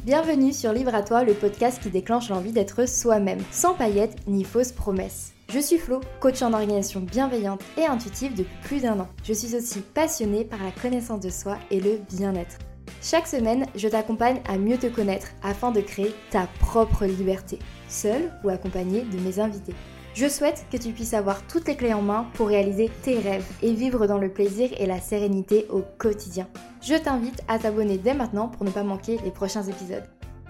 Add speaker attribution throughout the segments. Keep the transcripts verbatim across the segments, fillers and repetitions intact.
Speaker 1: Bienvenue sur Livre à toi, le podcast qui déclenche l'envie d'être soi-même, sans paillettes ni fausses promesses. Je suis Flo, coach en organisation bienveillante et intuitive depuis plus d'un an. Je suis aussi passionnée par la connaissance de soi et le bien-être. Chaque semaine, je t'accompagne à mieux te connaître afin de créer ta propre liberté, seule ou accompagnée de mes invités. Je souhaite que tu puisses avoir toutes les clés en main pour réaliser tes rêves et vivre dans le plaisir et la sérénité au quotidien. Je t'invite à t'abonner dès maintenant pour ne pas manquer les prochains épisodes.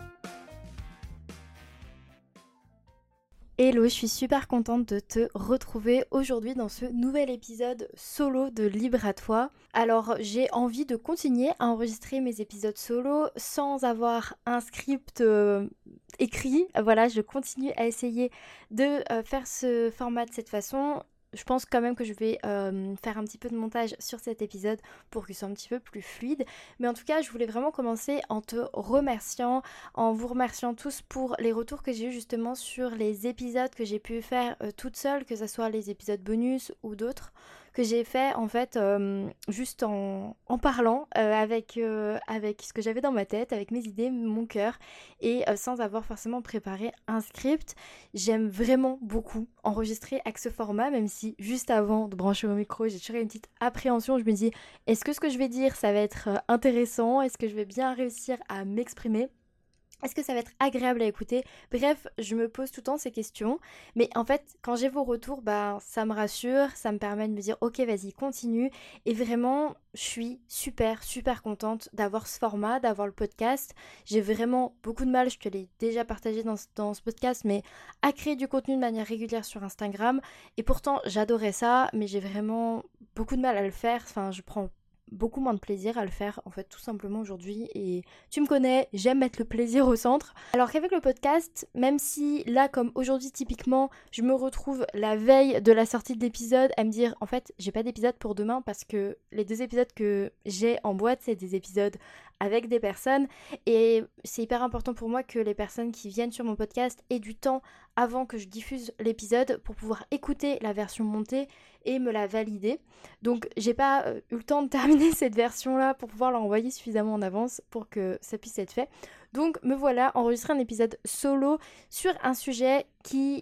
Speaker 1: Hello, je suis super contente de te retrouver aujourd'hui dans ce nouvel épisode solo de Libre à toi. Alors j'ai envie de continuer à enregistrer mes épisodes solo sans avoir un script euh, écrit. Voilà, je continue à essayer de euh, faire ce format de cette façon. Je pense quand même que je vais euh, faire un petit peu de montage sur cet épisode pour qu'il soit un petit peu plus fluide. Mais en tout cas, je voulais vraiment commencer en te remerciant, en vous remerciant tous pour les retours que j'ai eu justement sur les épisodes que j'ai pu faire euh, toute seule, que ce soit les épisodes bonus ou d'autres, que j'ai fait en fait euh, juste en, en parlant euh, avec, euh, avec ce que j'avais dans ma tête, avec mes idées, mon cœur, et euh, sans avoir forcément préparé un script. J'aime vraiment beaucoup enregistrer avec ce format, même si juste avant de brancher mon micro, j'ai toujours une petite appréhension. Je me dis, est-ce que ce que je vais dire, ça va être intéressant? Est-ce que je vais bien réussir à m'exprimer? Est-ce que ça va être agréable à écouter? Bref, je me pose tout le temps ces questions. Mais en fait, quand j'ai vos retours, bah, ça me rassure, ça me permet de me dire ok, vas-y, continue. Et vraiment, je suis super, super contente d'avoir ce format, d'avoir le podcast. J'ai vraiment beaucoup de mal, je te l'ai déjà partagé dans, dans ce podcast, mais à créer du contenu de manière régulière sur Instagram. Et pourtant, j'adorais ça, mais j'ai vraiment beaucoup de mal à le faire. Enfin, je prends beaucoup moins de plaisir à le faire en fait tout simplement aujourd'hui, et tu me connais, j'aime mettre le plaisir au centre. Alors qu'avec le podcast, même si là comme aujourd'hui typiquement je me retrouve la veille de la sortie de l'épisode à me dire en fait j'ai pas d'épisode pour demain parce que les deux épisodes que j'ai en boîte c'est des épisodes avec des personnes, et c'est hyper important pour moi que les personnes qui viennent sur mon podcast aient du temps avant que je diffuse l'épisode pour pouvoir écouter la version montée et me la valider. Donc j'ai pas euh, eu le temps de terminer cette version là pour pouvoir l'envoyer suffisamment en avance pour que ça puisse être fait. Donc me voilà enregistrer un épisode solo sur un sujet qui,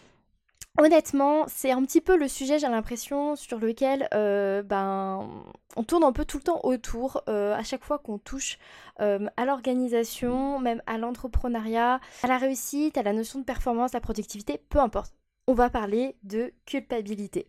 Speaker 1: honnêtement, c'est un petit peu le sujet, j'ai l'impression, sur lequel euh, ben, on tourne un peu tout le temps autour, euh, à chaque fois qu'on touche euh, à l'organisation, même à l'entrepreneuriat, à la réussite, à la notion de performance, à la productivité, peu importe. On va parler de culpabilité.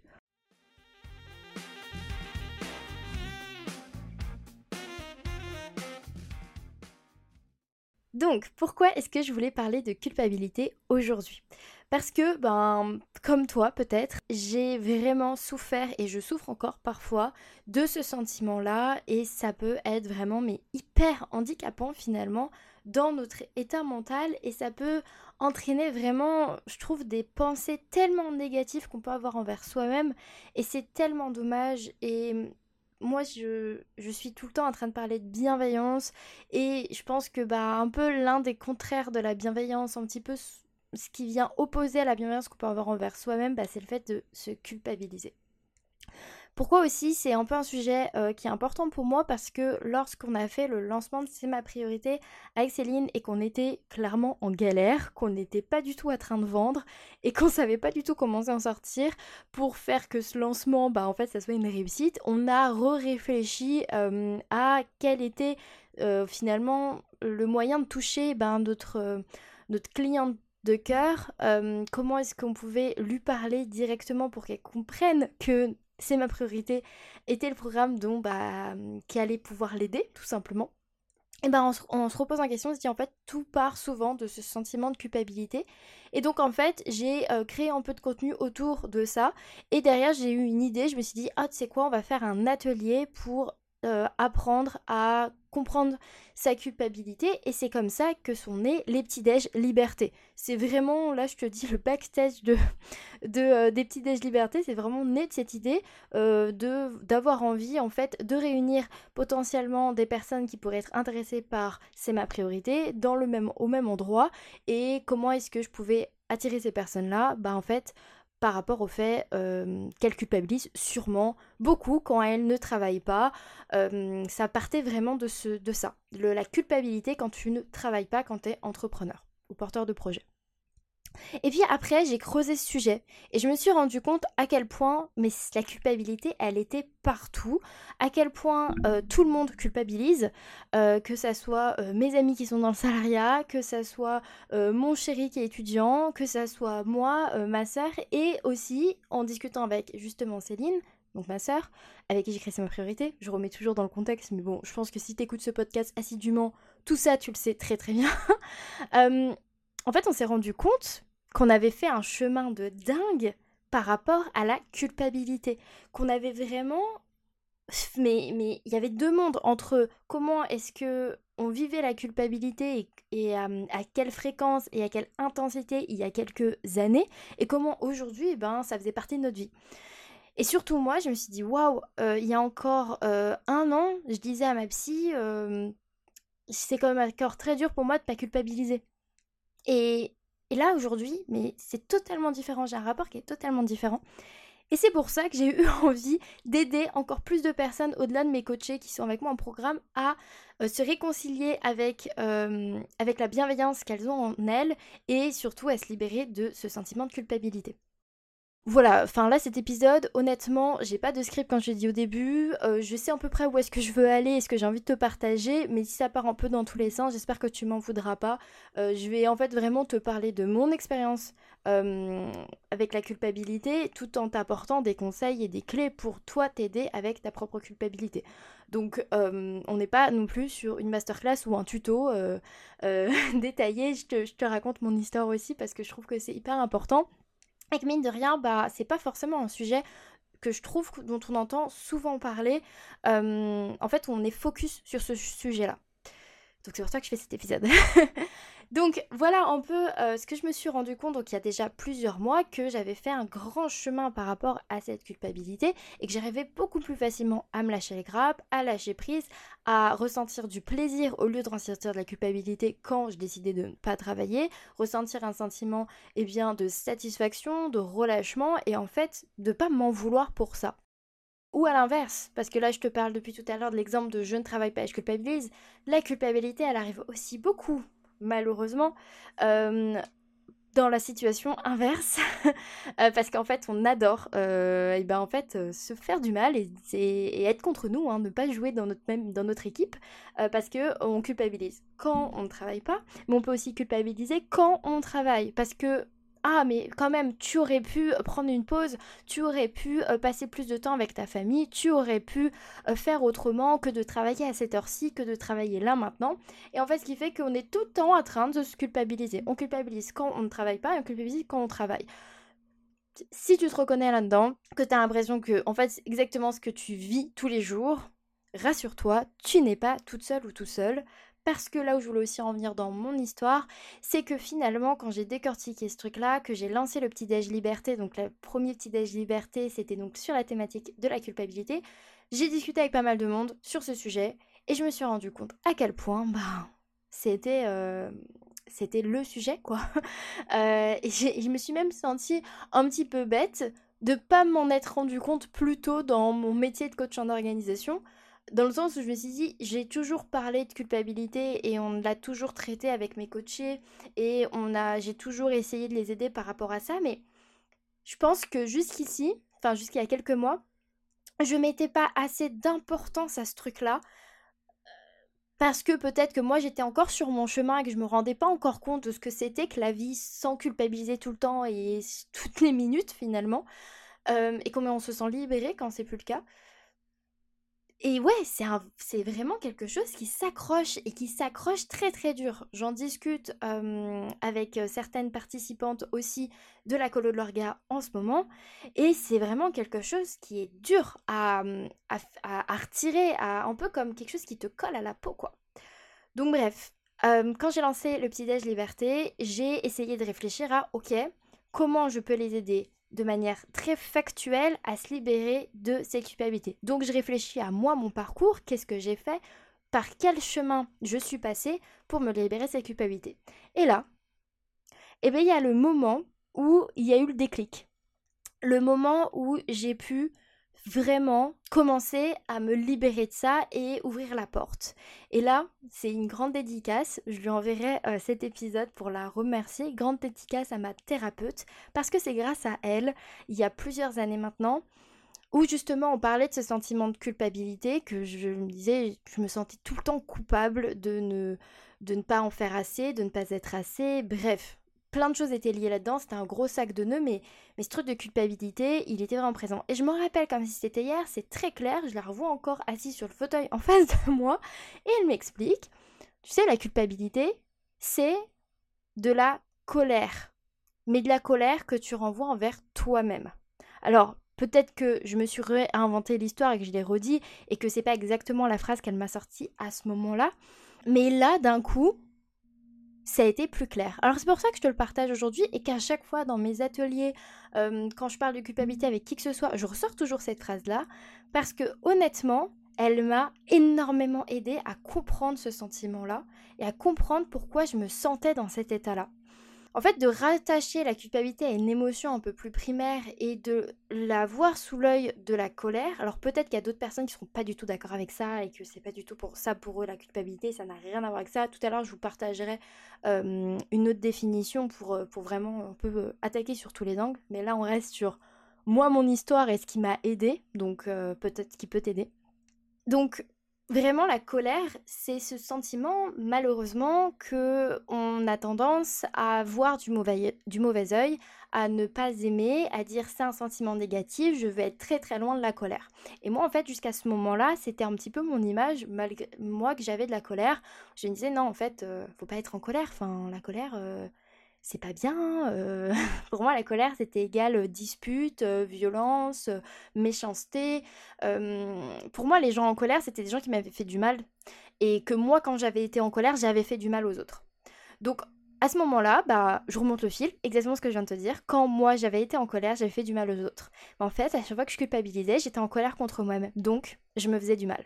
Speaker 1: Donc, pourquoi est-ce que je voulais parler de culpabilité aujourd'hui ? Parce que, ben, comme toi peut-être, j'ai vraiment souffert et je souffre encore parfois de ce sentiment-là, et ça peut être vraiment mais hyper handicapant finalement dans notre état mental, et ça peut entraîner vraiment, je trouve, des pensées tellement négatives qu'on peut avoir envers soi-même, et c'est tellement dommage. Et moi je, je suis tout le temps en train de parler de bienveillance, et je pense que bah un peu l'un des contraires de la bienveillance, un petit peu ce qui vient opposer à la bienveillance qu'on peut avoir envers soi-même, bah, c'est le fait de se culpabiliser. Pourquoi aussi c'est un peu un sujet euh, qui est important pour moi, parce que lorsqu'on a fait le lancement de C'est ma priorité avec Céline et qu'on était clairement en galère, qu'on n'était pas du tout en train de vendre et qu'on savait pas du tout comment s'en sortir pour faire que ce lancement, bah en fait ça soit une réussite, on a re-réfléchi euh, à quel était euh, finalement le moyen de toucher ben, notre, euh, notre cliente de cœur, euh, comment est-ce qu'on pouvait lui parler directement pour qu'elle comprenne que C'est ma priorité était le programme dont, bah, qui allait pouvoir l'aider tout simplement. Et ben on se, on se repose en question, on se dit en fait tout part souvent de ce sentiment de culpabilité, et donc en fait j'ai euh, créé un peu de contenu autour de ça, et derrière j'ai eu une idée, je me suis dit ah tu sais quoi, on va faire un atelier pour euh, apprendre à comprendre sa culpabilité, et c'est comme ça que sont nés les petits déj liberté. C'est vraiment, là je te dis, le backstage de, de, euh, des petits déj liberté, c'est vraiment né de cette idée euh, de, d'avoir envie en fait de réunir potentiellement des personnes qui pourraient être intéressées par C'est ma priorité dans le même, au même endroit. Et comment est-ce que je pouvais attirer ces personnes-là ? Bah en fait par rapport au fait euh, qu'elle culpabilise sûrement beaucoup quand elle ne travaille pas. Euh, ça partait vraiment de, ce, de ça, le, la culpabilité quand tu ne travailles pas, quand tu es entrepreneur ou porteur de projet. Et puis après, j'ai creusé ce sujet et je me suis rendu compte à quel point mais la culpabilité, elle était partout, à quel point euh, tout le monde culpabilise, euh, que ça soit euh, mes amis qui sont dans le salariat, que ça soit euh, mon chéri qui est étudiant, que ça soit moi, euh, ma sœur, et aussi en discutant avec justement Céline, donc ma sœur, avec qui j'ai créé ma priorité. Je remets toujours dans le contexte, mais bon, je pense que si tu écoutes ce podcast assidûment, tout ça, tu le sais très très bien. euh, En fait, on s'est rendu compte qu'on avait fait un chemin de dingue par rapport à la culpabilité. Qu'on avait vraiment... Mais mais il y avait deux mondes entre comment est-ce que on vivait la culpabilité et, et euh, à quelle fréquence et à quelle intensité il y a quelques années et comment aujourd'hui, eh ben, ça faisait partie de notre vie. Et surtout moi, je me suis dit, waouh, euh, il y a encore euh, un an, je disais à ma psy, euh, c'est quand même encore très dur pour moi de ne pas culpabiliser. Et, et là, aujourd'hui, mais c'est totalement différent. J'ai un rapport qui est totalement différent. Et c'est pour ça que j'ai eu envie d'aider encore plus de personnes, au-delà de mes coachés qui sont avec moi en programme, à euh, se réconcilier avec, euh, avec la bienveillance qu'elles ont en elles et surtout à se libérer de ce sentiment de culpabilité. Voilà, enfin là cet épisode, honnêtement, j'ai pas de script comme je l'ai dit au début, euh, je sais à peu près où est-ce que je veux aller et ce que j'ai envie de te partager, mais si ça part un peu dans tous les sens, j'espère que tu m'en voudras pas. Euh, je vais en fait vraiment te parler de mon expérience euh, avec la culpabilité, tout en t'apportant des conseils et des clés pour toi t'aider avec ta propre culpabilité. Donc euh, on n'est pas non plus sur une masterclass ou un tuto euh, euh, détaillé, je te, je te raconte mon histoire aussi parce que je trouve que c'est hyper important. Et que mine de rien, bah, c'est pas forcément un sujet que je trouve dont on entend souvent parler. Euh, en fait, on est focus sur ce sujet-là. Donc c'est pour ça que je fais cet épisode. Donc voilà un peu euh, ce que je me suis rendu compte, donc il y a déjà plusieurs mois, que j'avais fait un grand chemin par rapport à cette culpabilité et que j'arrivais beaucoup plus facilement à me lâcher les grappes, à lâcher prise, à ressentir du plaisir au lieu de ressentir de la culpabilité quand je décidais de ne pas travailler, ressentir un sentiment eh bien, de satisfaction, de relâchement et en fait de pas m'en vouloir pour ça. Ou à l'inverse, parce que là je te parle depuis tout à l'heure de l'exemple de je ne travaille pas et je culpabilise, la culpabilité elle arrive aussi beaucoup, malheureusement, euh, dans la situation inverse, euh, parce qu'en fait on adore euh, et ben, en fait, euh, se faire du mal et, et, et être contre nous, hein, ne pas jouer dans notre, même, dans notre équipe, euh, parce qu'on culpabilise quand on ne travaille pas, mais on peut aussi culpabiliser quand on travaille, parce que ah mais quand même, tu aurais pu prendre une pause, tu aurais pu euh, passer plus de temps avec ta famille, tu aurais pu euh, faire autrement que de travailler à cette heure-ci, que de travailler là maintenant. Et en fait, ce qui fait qu'on est tout le temps en train de se culpabiliser. On culpabilise quand on ne travaille pas et on culpabilise quand on travaille. Si tu te reconnais là-dedans, que tu as l'impression que en fait, c'est exactement ce que tu vis tous les jours, rassure-toi, tu n'es pas toute seule ou tout seul. Parce que là où je voulais aussi en venir dans mon histoire, c'est que finalement, quand j'ai décortiqué ce truc-là, que j'ai lancé le petit-déj liberté, donc le premier petit-déj liberté, c'était donc sur la thématique de la culpabilité, j'ai discuté avec pas mal de monde sur ce sujet, et je me suis rendu compte à quel point, bah, c'était, euh, c'était le sujet, quoi. Euh, et j'ai- je me suis même sentie un petit peu bête de pas m'en être rendu compte plus tôt dans mon métier de coach en organisation, dans le sens où je me suis dit, j'ai toujours parlé de culpabilité et on l'a toujours traité avec mes coachés et on a, j'ai toujours essayé de les aider par rapport à ça, mais je pense que jusqu'ici, enfin jusqu'il y a quelques mois, je mettais pas assez d'importance à ce truc-là parce que peut-être que moi j'étais encore sur mon chemin et que je me rendais pas encore compte de ce que c'était que la vie sans culpabiliser tout le temps et toutes les minutes finalement, euh, et comment on se sent libéré quand c'est plus le cas. Et ouais, c'est un- c'est vraiment quelque chose qui s'accroche et qui s'accroche très très dur. J'en discute euh, avec euh, certaines participantes aussi de la colo de l'orga en ce moment. Et c'est vraiment quelque chose qui est dur à, à, à- à retirer, à, un peu comme quelque chose qui te colle à la peau, quoi. Donc bref, euh, quand j'ai lancé le petit-déj Liberté, j'ai essayé de réfléchir à, ok, comment je peux les aider de manière très factuelle à se libérer de ces culpabilités. Donc je réfléchis à moi, mon parcours, qu'est-ce que j'ai fait, par quel chemin je suis passée pour me libérer de ces culpabilités. Et là, eh bien, il y a le moment où il y a eu le déclic. le moment où j'ai pu vraiment commencer à me libérer de ça et ouvrir la porte. Et là, c'est une grande dédicace, je lui enverrai euh, cet épisode pour la remercier, grande dédicace à ma thérapeute, parce que c'est grâce à elle, il y a plusieurs années maintenant, où justement on parlait de ce sentiment de culpabilité, que je me disais, je me sentais tout le temps coupable de ne, de ne pas en faire assez, de ne pas être assez, bref. Plein de choses étaient liées là-dedans, c'était un gros sac de nœuds, mais, mais ce truc de culpabilité, il était vraiment présent. Et je me rappelle comme si c'était hier, c'est très clair, je la revois encore assise sur le fauteuil en face de moi, et elle m'explique, tu sais, la culpabilité, c'est de la colère, mais de la colère que tu renvoies envers toi-même. Alors, peut-être que je me suis réinventé l'histoire et que je l'ai redit, et que c'est pas exactement la phrase qu'elle m'a sortie à ce moment-là, mais là, d'un coup, ça a été plus clair. Alors c'est pour ça que je te le partage aujourd'hui et qu'à chaque fois dans mes ateliers, euh, quand je parle de culpabilité avec qui que ce soit, je ressors toujours cette phrase-là parce que honnêtement, elle m'a énormément aidée à comprendre ce sentiment-là et à comprendre pourquoi je me sentais dans cet état-là. En fait, de rattacher la culpabilité à une émotion un peu plus primaire et de la voir sous l'œil de la colère. Alors peut-être qu'il y a d'autres personnes qui ne seront pas du tout d'accord avec ça et que c'est pas du tout pour ça pour eux la culpabilité, ça n'a rien à voir avec ça. Tout à l'heure, je vous partagerai euh, une autre définition pour, pour vraiment un peu attaquer sur tous les angles. Mais là, on reste sur moi, mon histoire et ce qui m'a aidé, donc euh, peut-être qui peut t'aider. Donc vraiment la colère, c'est ce sentiment malheureusement que on a tendance à voir du mauvais, du mauvais œil, à ne pas aimer, à dire c'est un sentiment négatif, je vais être très très loin de la colère. Et moi en fait jusqu'à ce moment-là, c'était un petit peu mon image malgré moi que j'avais de la colère. Je me disais non en fait, euh, faut pas être en colère, enfin la colère euh, c'est pas bien. euh. Pour moi la colère c'était égal euh, dispute, euh, violence, euh, méchanceté. Euh, pour moi, les gens en colère, c'était des gens qui m'avaient fait du mal. Et que moi, quand j'avais été en colère, j'avais fait du mal aux autres. Donc, à ce moment-là, bah, je remonte le fil, exactement ce que je viens de te dire. Quand moi, j'avais été en colère, j'avais fait du mal aux autres. Mais en fait, à chaque fois que je culpabilisais, j'étais en colère contre moi-même. Donc, je me faisais du mal.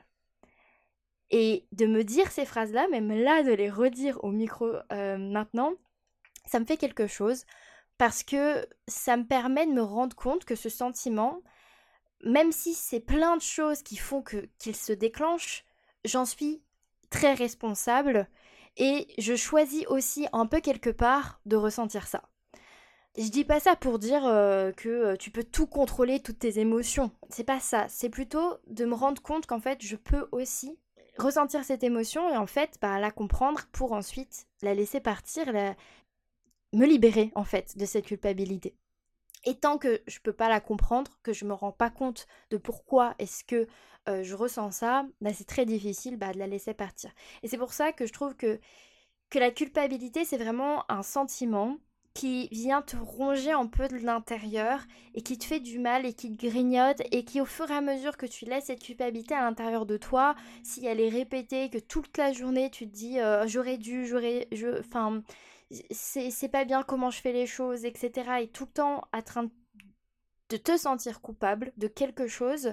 Speaker 1: Et de me dire ces phrases-là, même là, de les redire au micro euh, maintenant, ça me fait quelque chose. Parce que ça me permet de me rendre compte que ce sentiment, même si c'est plein de choses qui font que qu'il se déclenche, j'en suis très responsable et je choisis aussi un peu quelque part de ressentir ça. Je dis pas ça pour dire euh, que euh, tu peux tout contrôler, toutes tes émotions. C'est pas ça. C'est plutôt de me rendre compte qu'en fait, je peux aussi ressentir cette émotion et en fait, bah, la comprendre pour ensuite la laisser partir, la... me libérer en fait de cette culpabilité. Et tant que je peux pas la comprendre, que je me rends pas compte de pourquoi est-ce que euh, je ressens ça, bah, c'est très difficile bah, de la laisser partir. Et c'est pour ça que je trouve que, que la culpabilité, c'est vraiment un sentiment qui vient te ronger un peu de l'intérieur et qui te fait du mal et qui te grignote et qui au fur et à mesure que tu laisses cette culpabilité à l'intérieur de toi, si elle est répétée, que toute la journée tu te dis euh, j'aurais dû, j'aurais... Je... Enfin, c'est, c'est pas bien comment je fais les choses, et cetera. Et tout le temps en train de te sentir coupable de quelque chose,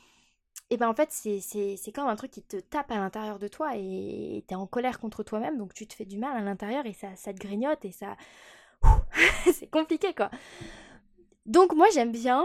Speaker 1: et ben en fait c'est, c'est, c'est comme un truc qui te tape à l'intérieur de toi et t'es en colère contre toi-même, donc tu te fais du mal à l'intérieur et ça, ça te grignote et ça... c'est compliqué quoi. Donc moi j'aime bien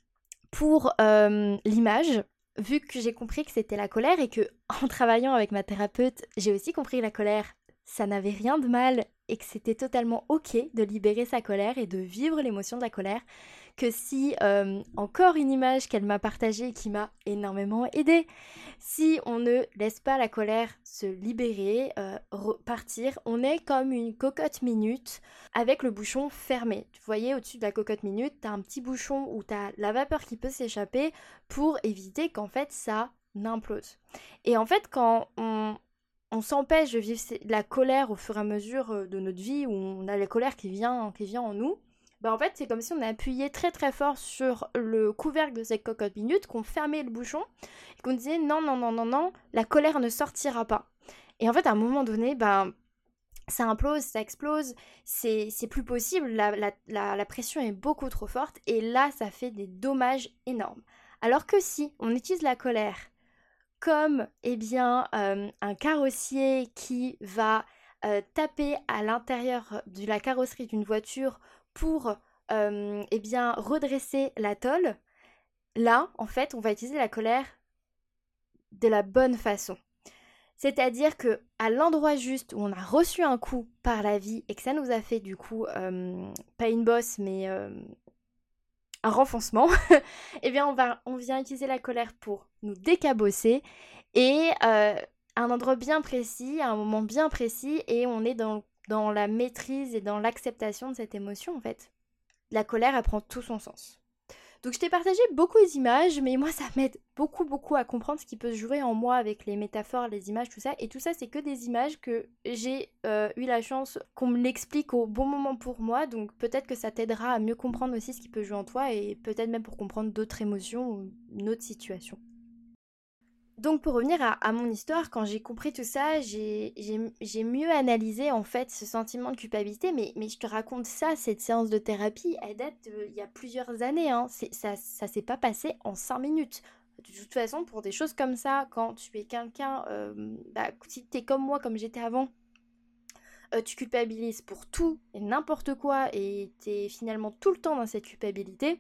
Speaker 1: pour euh, l'image, vu que j'ai compris que c'était la colère et que en travaillant avec ma thérapeute, j'ai aussi compris que la colère, ça n'avait rien de mal et que c'était totalement ok de libérer sa colère et de vivre l'émotion de la colère, que si, euh, encore une image qu'elle m'a partagée et qui m'a énormément aidée, si on ne laisse pas la colère se libérer, euh, repartir, on est comme une cocotte minute avec le bouchon fermé. Vous voyez, au-dessus de la cocotte minute, t'as un petit bouchon où t'as la vapeur qui peut s'échapper pour éviter qu'en fait ça n'implose. Et en fait, quand on, on s'empêche de vivre la colère au fur et à mesure de notre vie, où on a la colère qui vient, qui vient en nous, bah en fait c'est comme si on a appuyé très très fort sur le couvercle de cette cocotte minute, qu'on fermait le bouchon, et qu'on disait non non non non non, la colère ne sortira pas. Et en fait à un moment donné, bah ça implose, ça explose, c'est, c'est plus possible, la, la, la, la pression est beaucoup trop forte, et là ça fait des dommages énormes. Alors que si on utilise la colère comme eh bien, euh, un carrossier qui va euh, taper à l'intérieur de la carrosserie d'une voiture pour euh, eh bien, redresser l'atoll, là, en fait, on va utiliser la colère de la bonne façon. C'est-à-dire que à l'endroit juste où on a reçu un coup par la vie et que ça nous a fait du coup, euh, pas une bosse, mais euh, un renfoncement, eh bien on, va, on vient utiliser la colère pour nous décabosser et euh, à un endroit bien précis, à un moment bien précis, et on est dans, dans la maîtrise et dans l'acceptation de cette émotion en fait. La colère, elle prend tout son sens. Donc je t'ai partagé beaucoup d'images, mais moi ça m'aide beaucoup beaucoup à comprendre ce qui peut se jouer en moi avec les métaphores, les images, tout ça. Et tout ça c'est que des images que j'ai euh, eu la chance qu'on me l'explique au bon moment pour moi. Donc peut-être que ça t'aidera à mieux comprendre aussi ce qui peut jouer en toi et peut-être même pour comprendre d'autres émotions ou une autre situation. Donc pour revenir à, à mon histoire, quand j'ai compris tout ça, j'ai, j'ai, j'ai mieux analysé en fait ce sentiment de culpabilité, mais, mais je te raconte ça, cette séance de thérapie, elle date de- il y a plusieurs années, hein. C'est, ça, ça s'est pas passé en cinq minutes. De toute façon, pour des choses comme ça, quand tu es quelqu'un, euh, bah, si t'es comme moi, comme j'étais avant, euh, tu culpabilises pour tout et n'importe quoi et t'es finalement tout le temps dans cette culpabilité,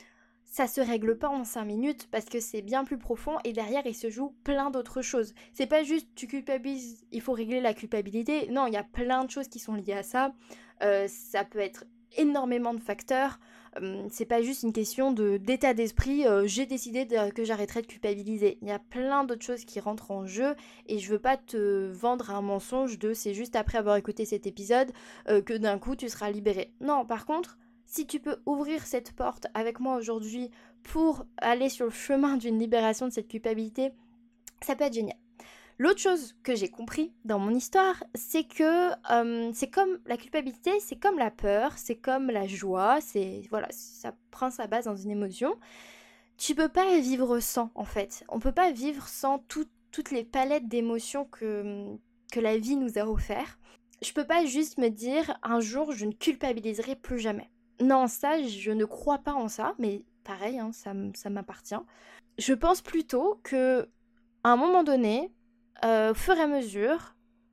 Speaker 1: ça se règle pas en cinq minutes parce que c'est bien plus profond et derrière il se joue plein d'autres choses. C'est pas juste tu culpabilises, il faut régler la culpabilité. Non, il y a plein de choses qui sont liées à ça. Euh, ça peut être énormément de facteurs. Euh, c'est pas juste une question de d'état d'esprit. Euh, j'ai décidé de- que j'arrêterais de culpabiliser. Il y a plein d'autres choses qui rentrent en jeu et je veux pas te vendre un mensonge de c'est juste après avoir écouté cet épisode euh, que d'un coup tu seras libéré. Non, par contre si tu peux ouvrir cette porte avec moi aujourd'hui pour aller sur le chemin d'une libération de cette culpabilité, ça peut être génial. L'autre chose que j'ai compris dans mon histoire, c'est que euh, c'est comme la culpabilité, c'est comme la peur, c'est comme la joie, c'est voilà, ça prend sa base dans une émotion. Tu peux pas vivre sans en fait. On peut pas vivre sans tout, toutes les palettes d'émotions que, que la vie nous a offert. Je peux pas juste me dire un jour je ne culpabiliserai plus jamais. Non, ça, je ne crois pas en ça, mais pareil, hein, ça, ça m'appartient. Je pense plutôt que à un moment donné, euh, au fur et à mesure,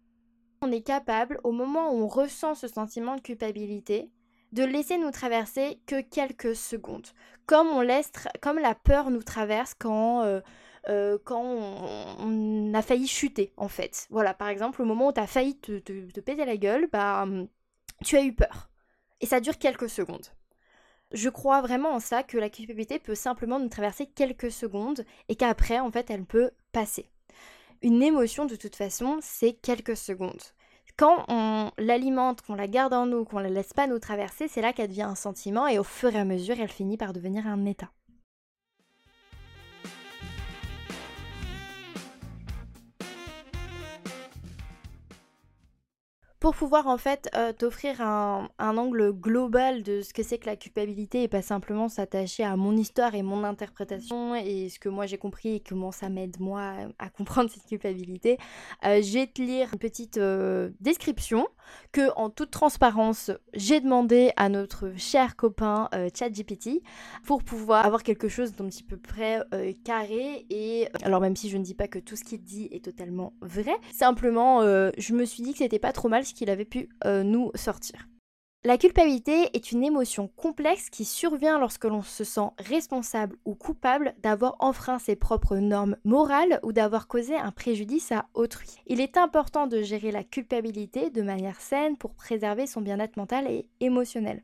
Speaker 1: on est capable, au moment où on ressent ce sentiment de culpabilité, de laisser nous traverser que quelques secondes. Comme, on laisse tra- comme la peur nous traverse quand, euh, euh, quand on, on a failli chuter, en fait. Voilà, par exemple, au moment où tu as failli te, te, te péter la gueule, bah, hum, tu as eu peur. Et ça dure quelques secondes. Je crois vraiment en ça, que la culpabilité peut simplement nous traverser quelques secondes et qu'après, en fait, elle peut passer. Une émotion, de toute façon, c'est quelques secondes. Quand on l'alimente, qu'on la garde en nous, qu'on la laisse pas nous traverser, c'est là qu'elle devient un sentiment et au fur et à mesure, elle finit par devenir un état. Pour pouvoir en fait euh, t'offrir un, un angle global de ce que c'est que la culpabilité et pas simplement s'attacher à mon histoire et mon interprétation et ce que moi j'ai compris et comment ça m'aide moi à, à comprendre cette culpabilité, euh, je vais te lire une petite euh, description que en toute transparence j'ai demandé à notre cher copain euh, ChatGPT pour pouvoir avoir quelque chose d'un petit peu près euh, carré. Et alors même si je ne dis pas que tout ce qu'il dit est totalement vrai, simplement euh, je me suis dit que c'était pas trop mal ce qu'il avait pu euh, nous sortir. La culpabilité est une émotion complexe qui survient lorsque l'on se sent responsable ou coupable d'avoir enfreint ses propres normes morales ou d'avoir causé un préjudice à autrui. Il est important de gérer la culpabilité de manière saine pour préserver son bien-être mental et émotionnel.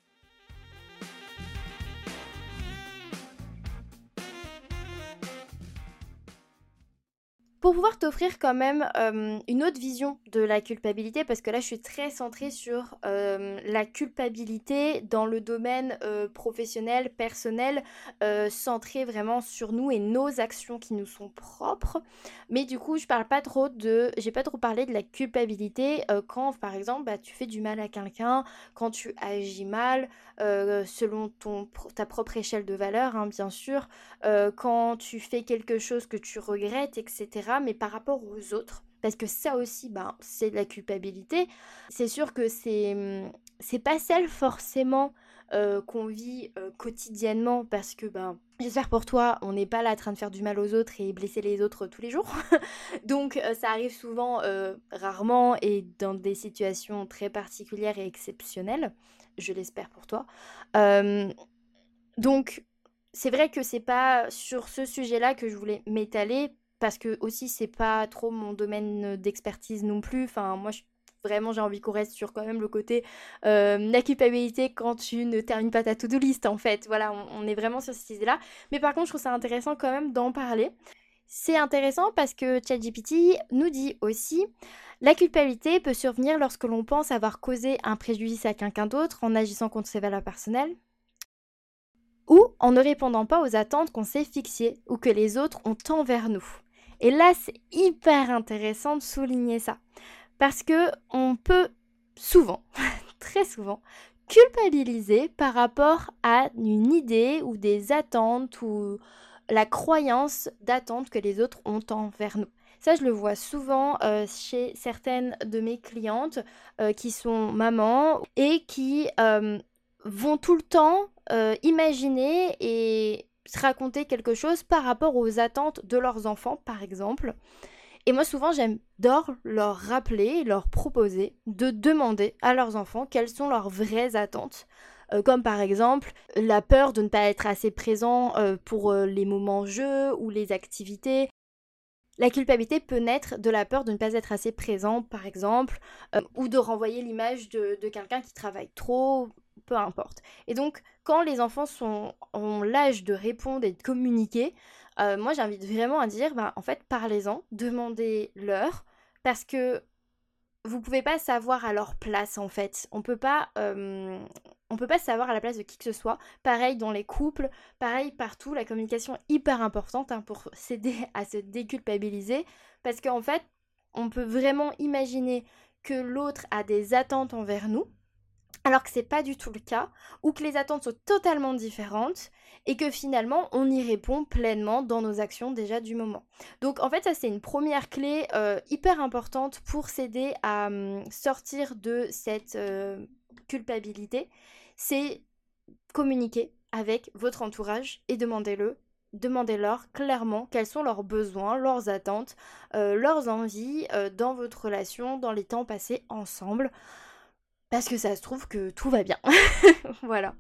Speaker 1: Pour pouvoir t'offrir quand même euh, une autre vision de la culpabilité, parce que là je suis très centrée sur euh, la culpabilité dans le domaine euh, professionnel, personnel, euh, centré vraiment sur nous et nos actions qui nous sont propres. Mais du coup je parle pas trop de, j'ai pas trop parlé de la culpabilité euh, quand par exemple bah, tu fais du mal à quelqu'un, quand tu agis mal, euh, selon ton, ta propre échelle de valeur, hein, bien sûr, euh, quand tu fais quelque chose que tu regrettes, et cetera. Mais par rapport aux autres, parce que ça aussi, ben, c'est de la culpabilité. C'est sûr que c'est, hum, c'est pas celle forcément euh, qu'on vit euh, quotidiennement, parce que ben, j'espère pour toi, on n'est pas là en train de faire du mal aux autres et blesser les autres tous les jours. Donc euh, ça arrive souvent, euh, rarement et dans des situations très particulières et exceptionnelles. je l'espère pour toi. Euh, donc, c'est vrai que c'est pas sur ce sujet-là que je voulais m'étaler, parce que aussi c'est pas trop mon domaine d'expertise non plus. Enfin, moi, je- vraiment, j'ai envie qu'on reste sur quand même le côté euh, la culpabilité quand tu ne termines pas ta to-do list, en fait. Voilà, on, on est vraiment sur cette idée-là. Mais par contre, je trouve ça intéressant quand même d'en parler. C'est intéressant parce que ChatGPT nous dit aussi la culpabilité peut survenir lorsque l'on pense avoir causé un préjudice à quelqu'un d'autre en agissant contre ses valeurs personnelles ou en ne répondant pas aux attentes qu'on s'est fixées ou que les autres ont envers nous. Et là, c'est hyper intéressant de souligner ça parce que on peut souvent, très souvent, culpabiliser par rapport à une idée ou des attentes ou la croyance d'attente que les autres ont envers nous. Ça, je le vois souvent euh, chez certaines de mes clientes euh, qui sont mamans et qui euh, vont tout le temps euh, imaginer et se raconter quelque chose par rapport aux attentes de leurs enfants, par exemple. Et moi, souvent, j'adore leur rappeler, leur proposer de demander à leurs enfants quelles sont leurs vraies attentes. Euh, comme par exemple la peur de ne pas être assez présent euh, pour euh, les moments jeux ou les activités. La culpabilité peut naître de la peur de ne pas être assez présent, par exemple, euh, ou de renvoyer l'image de, de quelqu'un qui travaille trop, peu importe. Et donc, quand les enfants sont, ont l'âge de répondre et de communiquer, euh, moi j'invite vraiment à dire, bah, en fait, parlez-en, demandez-leur, parce que vous pouvez pas savoir à leur place en fait. On peut pas, euh, on peut pas savoir à la place de qui que ce soit. Pareil dans les couples, pareil partout. La communication est hyper importante hein, pour s'aider à se déculpabiliser, parce qu'en fait, on peut vraiment imaginer que l'autre a des attentes envers nous alors que c'est pas du tout le cas, ou que les attentes sont totalement différentes, et que finalement on y répond pleinement dans nos actions déjà du moment. Donc en fait ça c'est une première clé euh, hyper importante pour s'aider à hum, sortir de cette euh, culpabilité, c'est communiquer avec votre entourage et demandez-le. Demandez-leur clairement quels sont leurs besoins, leurs attentes, euh, leurs envies euh, dans votre relation, dans les temps passés ensemble. Parce que ça se trouve que tout va bien. Voilà.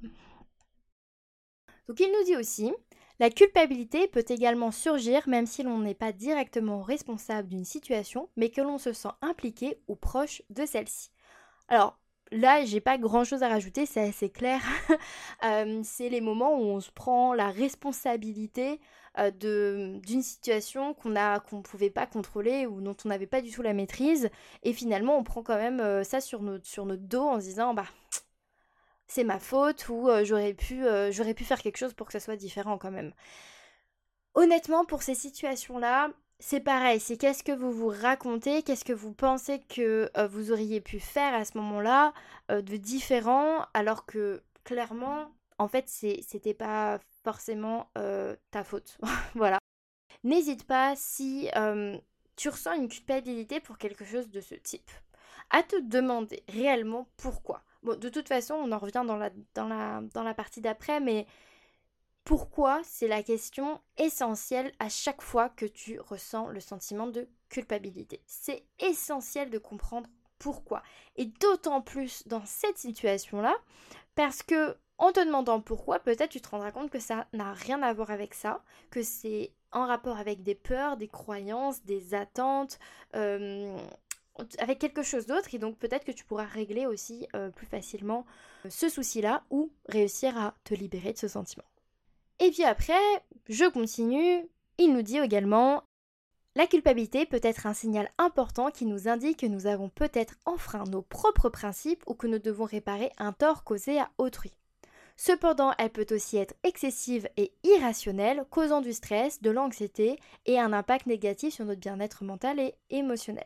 Speaker 1: Donc il nous dit aussi, la culpabilité peut également surgir même si l'on n'est pas directement responsable d'une situation, mais que l'on se sent impliqué ou proche de celle-ci. Alors là, j'ai pas grand chose à rajouter, c'est assez clair. Euh, c'est les moments où on se prend la responsabilité euh, de, d'une situation qu'on a, qu'on pouvait pas contrôler ou dont on n'avait pas du tout la maîtrise. Et finalement, on prend quand même euh, ça sur notre, sur notre dos en se disant, bah, c'est ma faute ou euh, j'aurais pu, euh, j'aurais pu faire quelque chose pour que ça soit différent quand même. Honnêtement, pour ces situations-là, c'est pareil, c'est qu'est-ce que vous vous racontez, qu'est-ce que vous pensez que euh, vous auriez pu faire à ce moment-là euh, de différent, alors que clairement, en fait, c'est, c'était pas forcément euh, ta faute. Voilà. N'hésite pas si euh, tu ressens une culpabilité pour quelque chose de ce type, à te demander réellement pourquoi. Bon, de toute façon, on en revient dans la, dans la, dans la partie d'après, mais pourquoi, c'est la question essentielle à chaque fois que tu ressens le sentiment de culpabilité. C'est essentiel de comprendre pourquoi. Et d'autant plus dans cette situation-là, parce que en te demandant pourquoi, peut-être tu te rendras compte que ça n'a rien à voir avec ça, que c'est en rapport avec des peurs, des croyances, des attentes, euh, avec quelque chose d'autre. Et donc peut-être que tu pourras régler aussi euh, plus facilement euh, ce souci-là ou réussir à te libérer de ce sentiment. Et puis après, je continue, il nous dit également la culpabilité peut être un signal important qui nous indique que nous avons peut-être enfreint nos propres principes ou que nous devons réparer un tort causé à autrui. Cependant, elle peut aussi être excessive et irrationnelle, causant du stress, de l'anxiété et un impact négatif sur notre bien-être mental et émotionnel.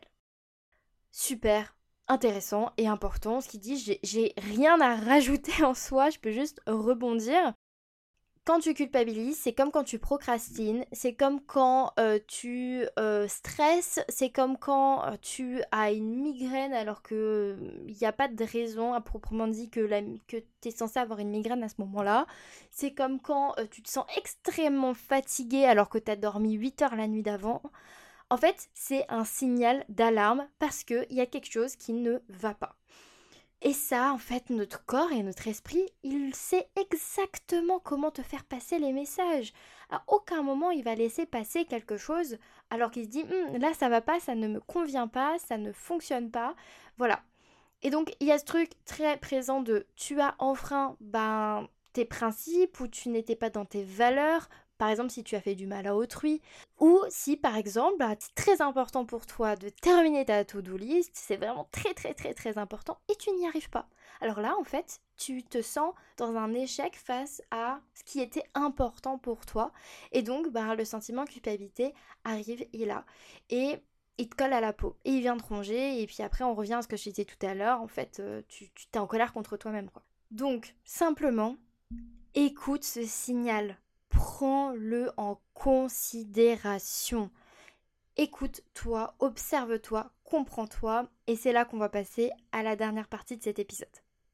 Speaker 1: Super intéressant et important ce qu'il dit, j'ai, j'ai rien à rajouter en soi, je peux juste rebondir. Quand tu culpabilises, c'est comme quand tu procrastines, c'est comme quand euh, tu euh, stresses, c'est comme quand euh, tu as une migraine alors que il n'y a pas de raison à proprement dit que, la, que tu es censé avoir une migraine à ce moment-là. C'est comme quand euh, tu te sens extrêmement fatigué alors que tu as dormi huit heures la nuit d'avant. En fait, c'est un signal d'alarme parce qu'il y a quelque chose qui ne va pas. Et ça, en fait, notre corps et notre esprit, il sait exactement comment te faire passer les messages. À aucun moment, il va laisser passer quelque chose alors qu'il se dit Hum, là, ça va pas, ça ne me convient pas, ça ne fonctionne pas. Voilà. Et donc, il y a ce truc très présent de tu as enfreint ben, tes principes ou tu n'étais pas dans tes valeurs. Par exemple, si tu as fait du mal à autrui, ou si par exemple, bah, c'est très important pour toi de terminer ta to-do list, c'est vraiment très très très très important et tu n'y arrives pas. Alors là, en fait, tu te sens dans un échec face à ce qui était important pour toi et donc bah, le sentiment de culpabilité arrive et là. Et il te colle à la peau et il vient te ronger et puis après on revient à ce que je disais tout à l'heure, en fait euh, tu, tu t'es en colère contre toi-même quoi. Donc simplement écoute ce signal, prends-le en considération. Écoute-toi, observe-toi, comprends-toi et c'est là qu'on va passer à la dernière partie de cet épisode.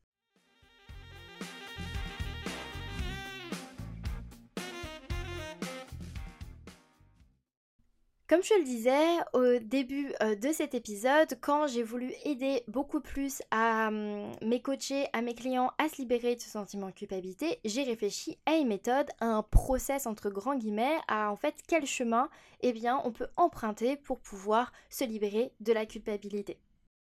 Speaker 1: Comme je le disais au début euh, de cet épisode, quand j'ai voulu aider beaucoup plus à hum, mes coachés, à mes clients à se libérer de ce sentiment de culpabilité, j'ai réfléchi à une méthode, à un process entre grands guillemets, à en fait quel chemin eh bien, on peut emprunter pour pouvoir se libérer de la culpabilité.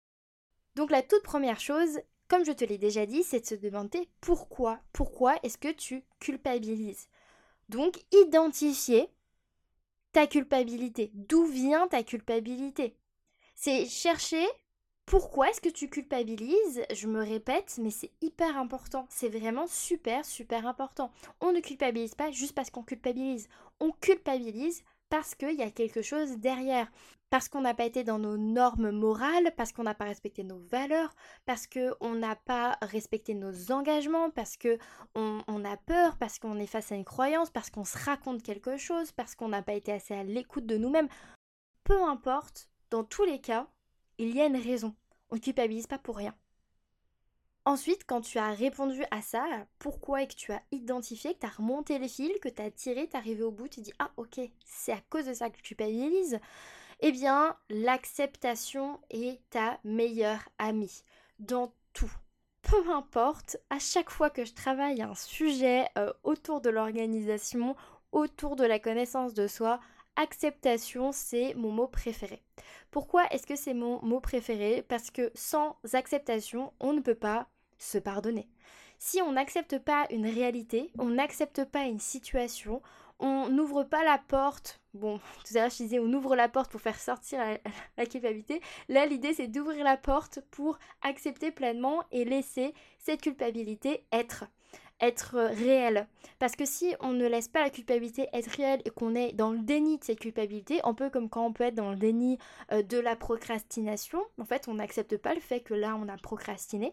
Speaker 1: Donc la toute première chose, comme je te l'ai déjà dit, c'est de se demander pourquoi, pourquoi est-ce que tu culpabilises. Donc identifier ta culpabilité. D'où vient ta culpabilité? C'est chercher pourquoi est-ce que tu culpabilises. Je me répète, mais c'est hyper important. C'est vraiment super, super important. On ne culpabilise pas juste parce qu'on culpabilise. On culpabilise parce qu'il y a quelque chose derrière. Parce qu'on n'a pas été dans nos normes morales, parce qu'on n'a pas respecté nos valeurs, parce qu'on n'a pas respecté nos engagements, parce qu'on on a peur, parce qu'on est face à une croyance, parce qu'on se raconte quelque chose, parce qu'on n'a pas été assez à l'écoute de nous-mêmes. Peu importe, dans tous les cas, il y a une raison. On ne culpabilise pas pour rien. Ensuite, quand tu as répondu à ça, pourquoi et que tu as identifié, que tu as remonté les fils, que tu as tiré, tu es arrivé au bout, tu dis ah ok, c'est à cause de ça que tu culpabilises, eh bien l'acceptation est ta meilleure amie dans tout. Peu importe, à chaque fois que je travaille un sujet euh, autour de l'organisation, autour de la connaissance de soi, acceptation, c'est mon mot préféré. Pourquoi est-ce que c'est mon mot préféré? Parce que sans acceptation, on ne peut pas se pardonner. Si on n'accepte pas une réalité, on n'accepte pas une situation, on n'ouvre pas la porte. Bon, tout à l'heure je disais on ouvre la porte pour faire sortir la, la culpabilité. Là, l'idée c'est d'ouvrir la porte pour accepter pleinement et laisser cette culpabilité être. être réelle. Parce que si on ne laisse pas la culpabilité être réelle et qu'on est dans le déni de cette culpabilité, un peu comme quand on peut être dans le déni euh, de la procrastination, en fait on n'accepte pas le fait que là on a procrastiné,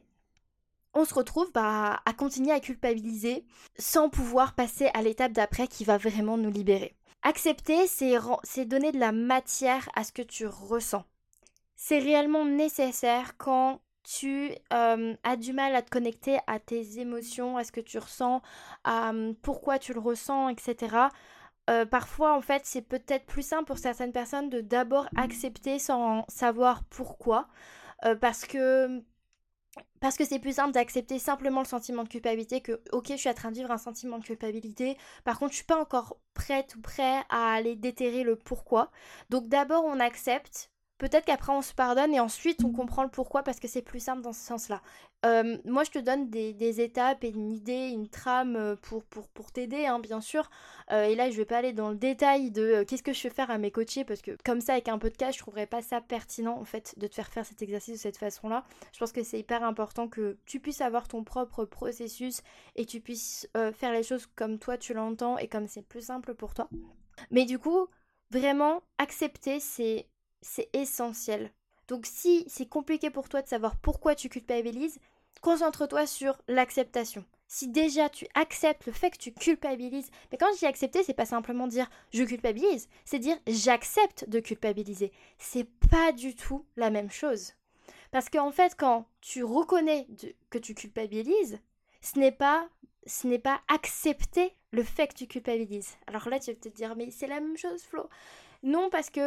Speaker 1: on se retrouve bah, à continuer à culpabiliser sans pouvoir passer à l'étape d'après qui va vraiment nous libérer. Accepter, c'est, c'est donner de la matière à ce que tu ressens. C'est réellement nécessaire quand tu euh, as du mal à te connecter à tes émotions, à ce que tu ressens, à euh, pourquoi tu le ressens, et cetera. Euh, parfois, en fait, c'est peut-être plus simple pour certaines personnes de d'abord accepter sans savoir pourquoi. Euh, parce que parce que c'est plus simple d'accepter simplement le sentiment de culpabilité que, ok, je suis en train de vivre un sentiment de culpabilité, par contre, je suis pas encore prête ou prêt à aller déterrer le pourquoi. Donc d'abord, on accepte, peut-être qu'après, on se pardonne et ensuite, on comprend le pourquoi parce que c'est plus simple dans ce sens-là. Euh, moi, je te donne des, des étapes et une idée, une trame pour, pour, pour t'aider, hein, bien sûr. Euh, et là, je vais pas aller dans le détail de euh, qu'est-ce que je fais faire à mes coachés parce que comme ça, avec un podcast, je trouverais pas ça pertinent, en fait, de te faire faire cet exercice de cette façon-là. Je pense que c'est hyper important que tu puisses avoir ton propre processus et tu puisses euh, faire les choses comme toi tu l'entends et comme c'est plus simple pour toi. Mais du coup, vraiment, accepter, c'est, c'est essentiel. Donc si c'est compliqué pour toi de savoir pourquoi tu culpabilises, concentre-toi sur l'acceptation. Si déjà tu acceptes le fait que tu culpabilises, mais quand je dis accepter, c'est pas simplement dire je culpabilise, c'est dire j'accepte de culpabiliser. C'est pas du tout la même chose. Parce qu'en fait, quand tu reconnais de, que tu culpabilises, ce n'est pas, ce n'est pas accepter le fait que tu culpabilises. Alors là, tu vas te dire, mais c'est la même chose, Flo. Non, parce que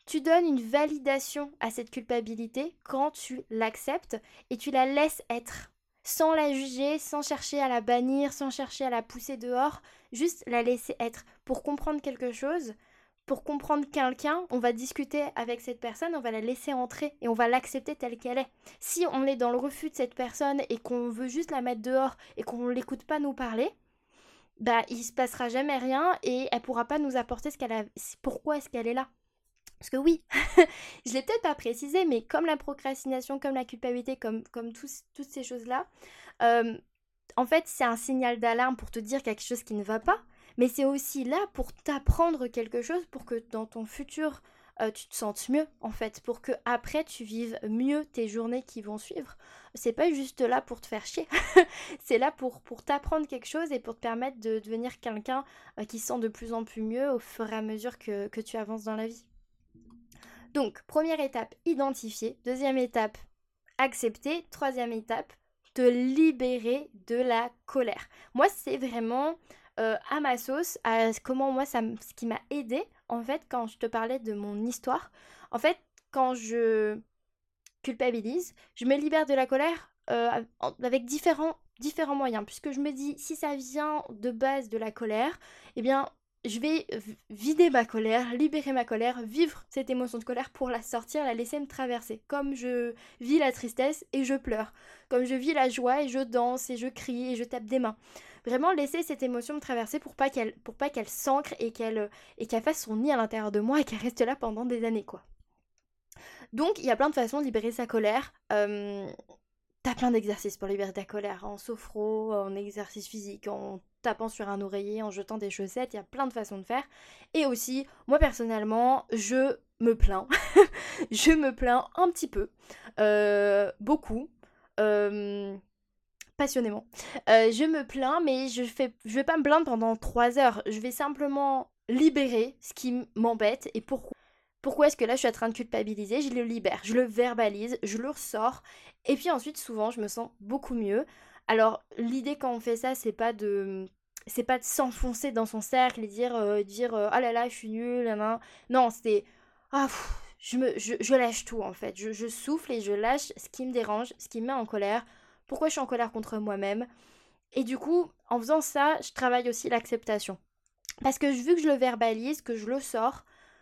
Speaker 1: Tu donnes une validation à cette culpabilité quand tu l'acceptes et tu la laisses être. Sans la juger, sans chercher à la bannir, sans chercher à la pousser dehors, juste la laisser être. Pour comprendre quelque chose, pour comprendre quelqu'un, on va discuter avec cette personne, on va la laisser entrer et on va l'accepter telle qu'elle est. Si on est dans le refus de cette personne et qu'on veut juste la mettre dehors et qu'on ne l'écoute pas nous parler, bah il se passera jamais rien et elle pourra pas nous apporter ce qu'elle a. Pourquoi est-ce qu'elle est là? Parce que oui, je l'ai peut-être pas précisé, mais comme la procrastination, comme la culpabilité, comme, comme tous, toutes ces choses-là, euh, en fait, c'est un signal d'alarme pour te dire quelque chose qui ne va pas, mais c'est aussi là pour t'apprendre quelque chose, pour que dans ton futur, euh, tu te sentes mieux, en fait, pour que après tu vives mieux tes journées qui vont suivre. C'est pas juste là pour te faire chier, c'est là pour, pour t'apprendre quelque chose et pour te permettre de devenir quelqu'un euh, qui se sent de plus en plus mieux au fur et à mesure que, que tu avances dans la vie. Donc, première étape, identifier. Deuxième étape, accepter. Troisième étape, te libérer de la colère. Moi, c'est vraiment euh, à ma sauce, à comment moi, ça, ce qui m'a aidé, en fait, quand je te parlais de mon histoire. En fait, quand je culpabilise, je me libère de la colère euh, avec différents, différents moyens. Puisque je me dis, si ça vient de base de la colère, eh bien, je vais vider ma colère, libérer ma colère, vivre cette émotion de colère pour la sortir, la laisser me traverser. Comme je vis la tristesse et je pleure. Comme je vis la joie et je danse et je crie et je tape des mains. Vraiment laisser cette émotion me traverser pour pas qu'elle, pour pas qu'elle s'ancre et qu'elle, et qu'elle fasse son nid à l'intérieur de moi et qu'elle reste là pendant des années, quoi. Donc, il y a plein de façons de libérer sa colère. Euh, T'as plein d'exercices pour libérer ta colère, en sophro, en exercice physique, en tapant sur un oreiller, en jetant des chaussettes, il y a plein de façons de faire. Et aussi, moi personnellement, je me plains. Je me plains un petit peu, euh, beaucoup, euh, passionnément. Euh, je me plains, mais je fais, je vais pas me plaindre pendant trois heures. Je vais simplement libérer ce qui m'embête et pourquoi. Pourquoi est-ce que là je suis en train de culpabiliser? Je le libère, je le verbalise, je le ressors. Et puis ensuite, souvent, je me sens beaucoup mieux. Alors, l'idée quand on fait ça, c'est pas de... C'est pas de s'enfoncer dans son cercle et dire, euh, dire euh, ah là là, je suis nulle, nan, nan. Non, c'est... Ah, pff, je, me, je, je lâche tout en fait. Je, je souffle et je lâche ce qui me dérange, ce qui me met en colère. Pourquoi je suis en colère contre moi-même? Et du coup, en faisant ça, je travaille aussi l'acceptation. Parce que vu que je le verbalise, que je le sors,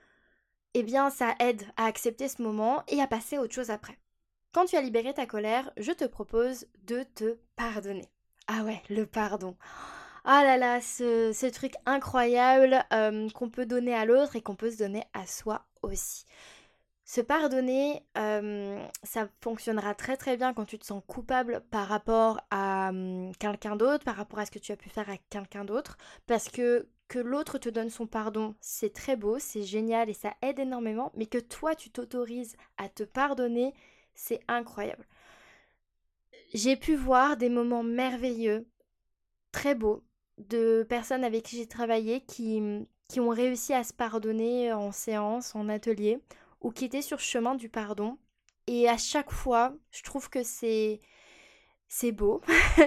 Speaker 1: eh bien ça aide à accepter ce moment et à passer à autre chose après. Quand tu as libéré ta colère, je te propose de te pardonner. Ah ouais, le pardon. Ah là là, ce, ce truc incroyable euh, qu'on peut donner à l'autre et qu'on peut se donner à soi aussi. Se pardonner, euh, ça fonctionnera très très bien quand tu te sens coupable par rapport à euh, quelqu'un d'autre, par rapport à ce que tu as pu faire à quelqu'un d'autre, parce que que l'autre te donne son pardon, c'est très beau, c'est génial et ça aide énormément, mais que toi tu t'autorises à te pardonner, c'est incroyable. J'ai pu voir des moments merveilleux, très beaux, de personnes avec qui j'ai travaillé qui, qui ont réussi à se pardonner en séance, en atelier, ou qui étaient sur le chemin du pardon. Et à chaque fois, je trouve que c'est c'est beau.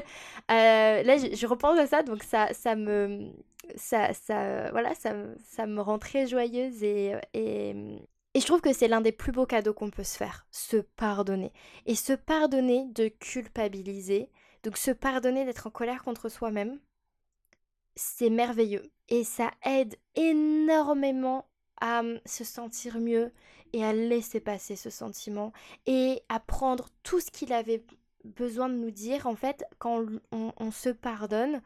Speaker 1: Euh, là, je, je repense à ça, donc ça, ça me, ça, ça, voilà, ça, me- ça me rend très joyeuse et, et, et je trouve que c'est l'un des plus beaux cadeaux qu'on peut se faire, se pardonner. Et se pardonner de culpabiliser, donc se pardonner d'être en colère contre soi-même, c'est merveilleux. Et ça aide énormément à hum, se sentir mieux et à laisser passer ce sentiment et à prendre tout ce qu'il avait besoin de nous dire. En fait, quand on, on se pardonne,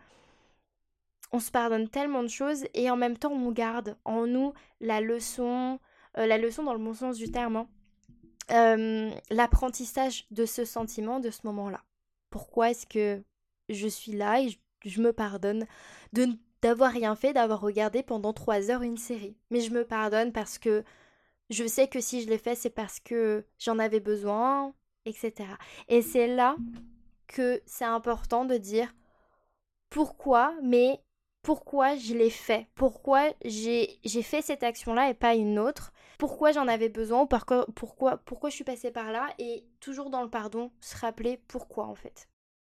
Speaker 1: on se pardonne tellement de choses et en même temps on garde en nous la leçon, euh, la leçon dans le bon sens du terme, hein, euh, l'apprentissage de ce sentiment, de ce moment-là. Pourquoi est-ce que je suis là et je, je me pardonne de n- d'avoir rien fait, d'avoir regardé pendant trois heures une série. Mais je me pardonne parce que je sais que si je l'ai fait, c'est parce que j'en avais besoin, et cetera. Et c'est là que c'est important de dire pourquoi, mais pourquoi je l'ai fait, pourquoi j'ai j'ai fait cette action-là et pas une autre, pourquoi j'en avais besoin, ou pourquoi, pourquoi, pourquoi je suis passée par là, et toujours dans le pardon, se rappeler pourquoi en fait.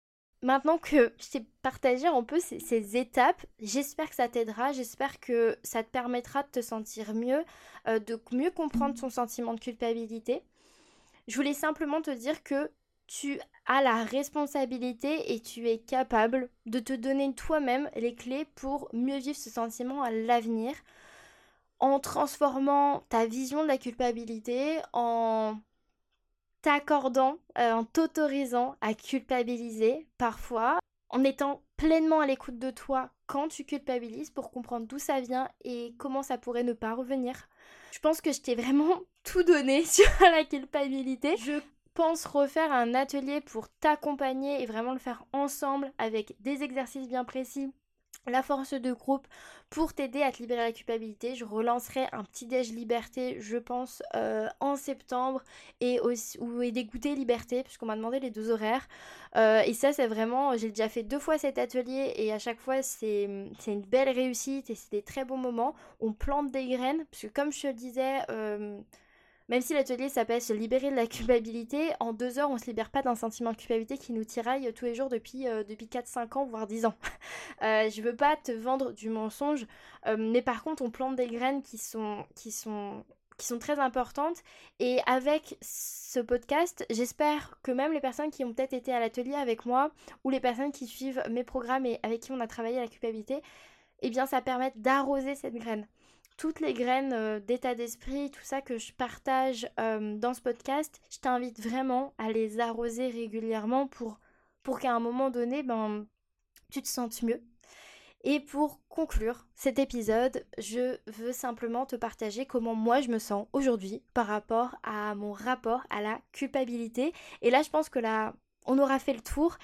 Speaker 1: maintenant que je t'ai partagé un peu ces, ces étapes, j'espère que ça t'aidera, j'espère que ça te permettra de te sentir mieux, euh, de mieux comprendre ton sentiment de culpabilité. Je voulais simplement te dire que tu as la responsabilité et tu es capable de te donner toi-même les clés pour mieux vivre ce sentiment à l'avenir, en transformant ta vision de la culpabilité, en t'accordant, euh, en t'autorisant à culpabiliser parfois, en étant pleinement à l'écoute de toi quand tu culpabilises pour comprendre d'où ça vient et comment ça pourrait ne pas revenir. Je pense que je t'ai vraiment tout donné sur la culpabilité. Je pense refaire un atelier pour t'accompagner et vraiment le faire ensemble avec des exercices bien précis, la force de groupe pour t'aider à te libérer de la culpabilité. Je relancerai un petit déj liberté, je pense, euh, en septembre, et, aussi, ou, et des goûters liberté, puisqu'on m'a demandé les deux horaires. Euh, et ça, c'est vraiment, j'ai déjà fait deux fois cet atelier, et à chaque fois, c'est, c'est une belle réussite, et c'est des très bons moments. On plante des graines, parce que comme je te le disais... Euh, même si l'atelier s'appelle se libérer de la culpabilité, en deux heures, on ne se libère pas d'un sentiment de culpabilité qui nous tiraille tous les jours depuis, euh, depuis quatre cinq ans, voire dix ans. euh, je veux pas te vendre du mensonge, euh, mais par contre, on plante des graines qui sont, qui sont, qui sont très importantes. Et avec ce podcast, j'espère que même les personnes qui ont peut-être été à l'atelier avec moi, ou les personnes qui suivent mes programmes et avec qui on a travaillé la culpabilité, eh bien, ça permet d'arroser cette graine. Toutes les graines euh, d'état d'esprit, tout ça que je partage euh, dans ce podcast, je t'invite vraiment à les arroser régulièrement pour, pour qu'à un moment donné, ben, tu te sentes mieux. Et pour conclure cet épisode, je veux simplement te partager comment moi je me sens aujourd'hui par rapport à mon rapport à la culpabilité. Et là, je pense que là, on aura fait le tour.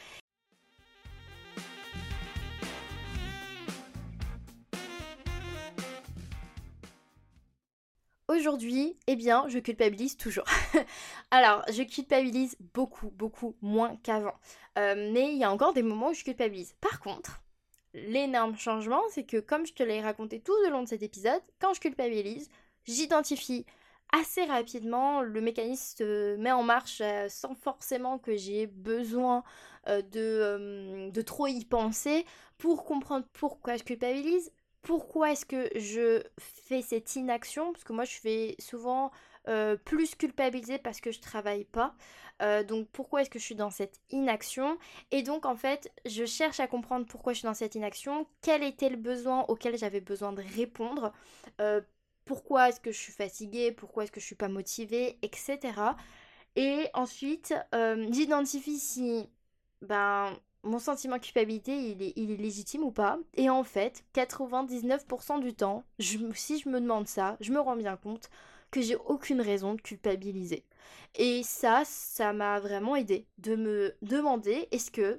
Speaker 1: Aujourd'hui, eh bien, je culpabilise toujours. Alors, je culpabilise beaucoup, beaucoup moins qu'avant. Euh, mais il y a encore des moments où je culpabilise. Par contre, l'énorme changement, c'est que comme je te l'ai raconté tout au long de cet épisode, quand je culpabilise, j'identifie assez rapidement, le mécanisme se met en marche euh, sans forcément que j'ai besoin euh, de, euh, de trop y penser pour comprendre pourquoi je culpabilise. Pourquoi est-ce que je fais cette inaction? Parce que moi, je fais souvent euh, plus culpabiliser parce que je travaille pas. Euh, donc, pourquoi est-ce que je suis dans cette inaction? Et donc, en fait, je cherche à comprendre pourquoi je suis dans cette inaction, quel était le besoin auquel j'avais besoin de répondre, euh, pourquoi est-ce que je suis fatiguée, pourquoi est-ce que je suis pas motivée, et cetera. Et ensuite, euh, j'identifie si... Ben, mon sentiment de culpabilité, il est, il est légitime ou pas. Et en fait, quatre-vingt-dix-neuf pour cent du temps, je, si je me demande ça, je me rends bien compte que j'ai aucune raison de culpabiliser. Et ça, ça m'a vraiment aidé de me demander, est-ce que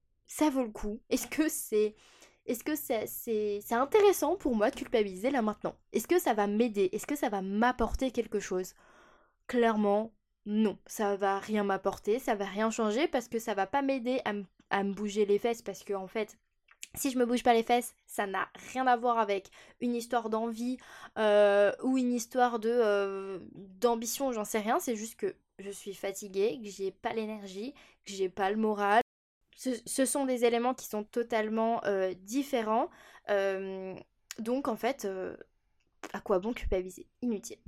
Speaker 1: ça vaut le coup? Est-ce que c'est... Est-ce que c'est, c'est, c'est intéressant pour moi de culpabiliser là maintenant? Est-ce que ça va m'aider? Est-ce que ça va m'apporter quelque chose? Clairement, non, ça va rien m'apporter, ça va rien changer parce que ça va pas m'aider à, m- à me bouger les fesses parce que en fait, si je me bouge pas les fesses, ça n'a rien à voir avec une histoire d'envie euh, ou une histoire de euh, d'ambition, j'en sais rien, c'est juste que je suis fatiguée, que j'ai pas l'énergie, que j'ai pas le moral. Ce, ce sont des éléments qui sont totalement euh, différents. Euh, donc en fait, euh, à quoi bon culpabiliser? Inutile.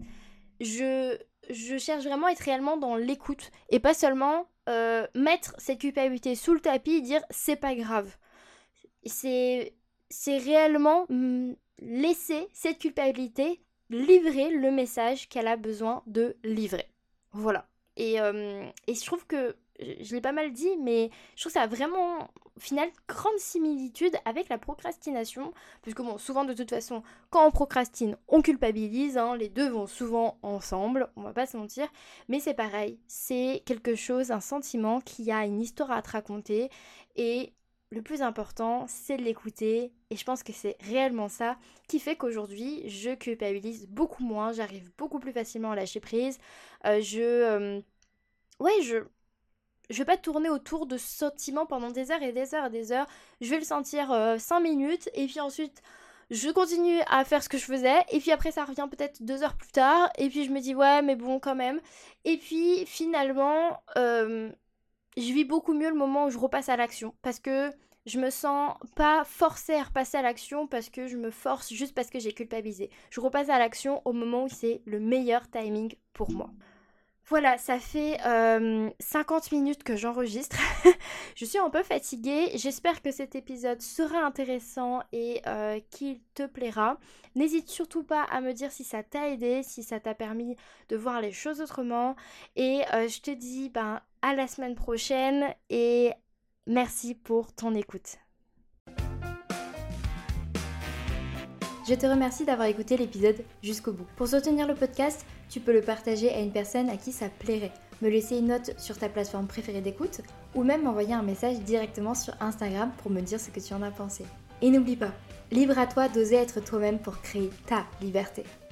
Speaker 1: Je, je cherche vraiment à être réellement dans l'écoute et pas seulement euh, mettre cette culpabilité sous le tapis et dire c'est pas grave. C'est, c'est réellement mm, laisser cette culpabilité livrer le message qu'elle a besoin de livrer. Voilà. Et, euh, et je trouve que, je, je l'ai pas mal dit, mais je trouve que ça a vraiment, au final, grande similitude avec la procrastination. Parce que bon, souvent de toute façon, quand on procrastine, on culpabilise, hein, les deux vont souvent ensemble, on va pas se mentir. Mais c'est pareil, c'est quelque chose, un sentiment qui a une histoire à te raconter. Et le plus important, c'est de l'écouter. Et je pense que c'est réellement ça qui fait qu'aujourd'hui, je culpabilise beaucoup moins, j'arrive beaucoup plus facilement à lâcher prise. Euh, je... euh, ouais, je... Je vais pas tourner autour de ce sentiment pendant des heures et des heures et des heures. Je vais le sentir euh, cinq minutes et puis ensuite je continue à faire ce que je faisais et puis après ça revient peut-être deux heures plus tard et puis je me dis ouais mais bon quand même. Et puis finalement euh, je vis beaucoup mieux le moment où je repasse à l'action parce que je me sens pas forcée à repasser à l'action parce que je me force juste parce que j'ai culpabilisé. Je repasse à l'action au moment où c'est le meilleur timing pour moi. Voilà, ça fait euh, cinquante minutes que j'enregistre. Je suis un peu fatiguée. J'espère que cet épisode sera intéressant et euh, qu'il te plaira. N'hésite surtout pas à me dire si ça t'a aidé, si ça t'a permis de voir les choses autrement. Et euh, je te dis ben, à la semaine prochaine et merci pour ton écoute. Je te remercie d'avoir écouté l'épisode jusqu'au bout. Pour soutenir le podcast, tu peux le partager à une personne à qui ça plairait, me laisser une note sur ta plateforme préférée d'écoute ou même m'envoyer un message directement sur Instagram pour me dire ce que tu en as pensé. Et n'oublie pas, libre à toi d'oser être toi-même pour créer ta liberté.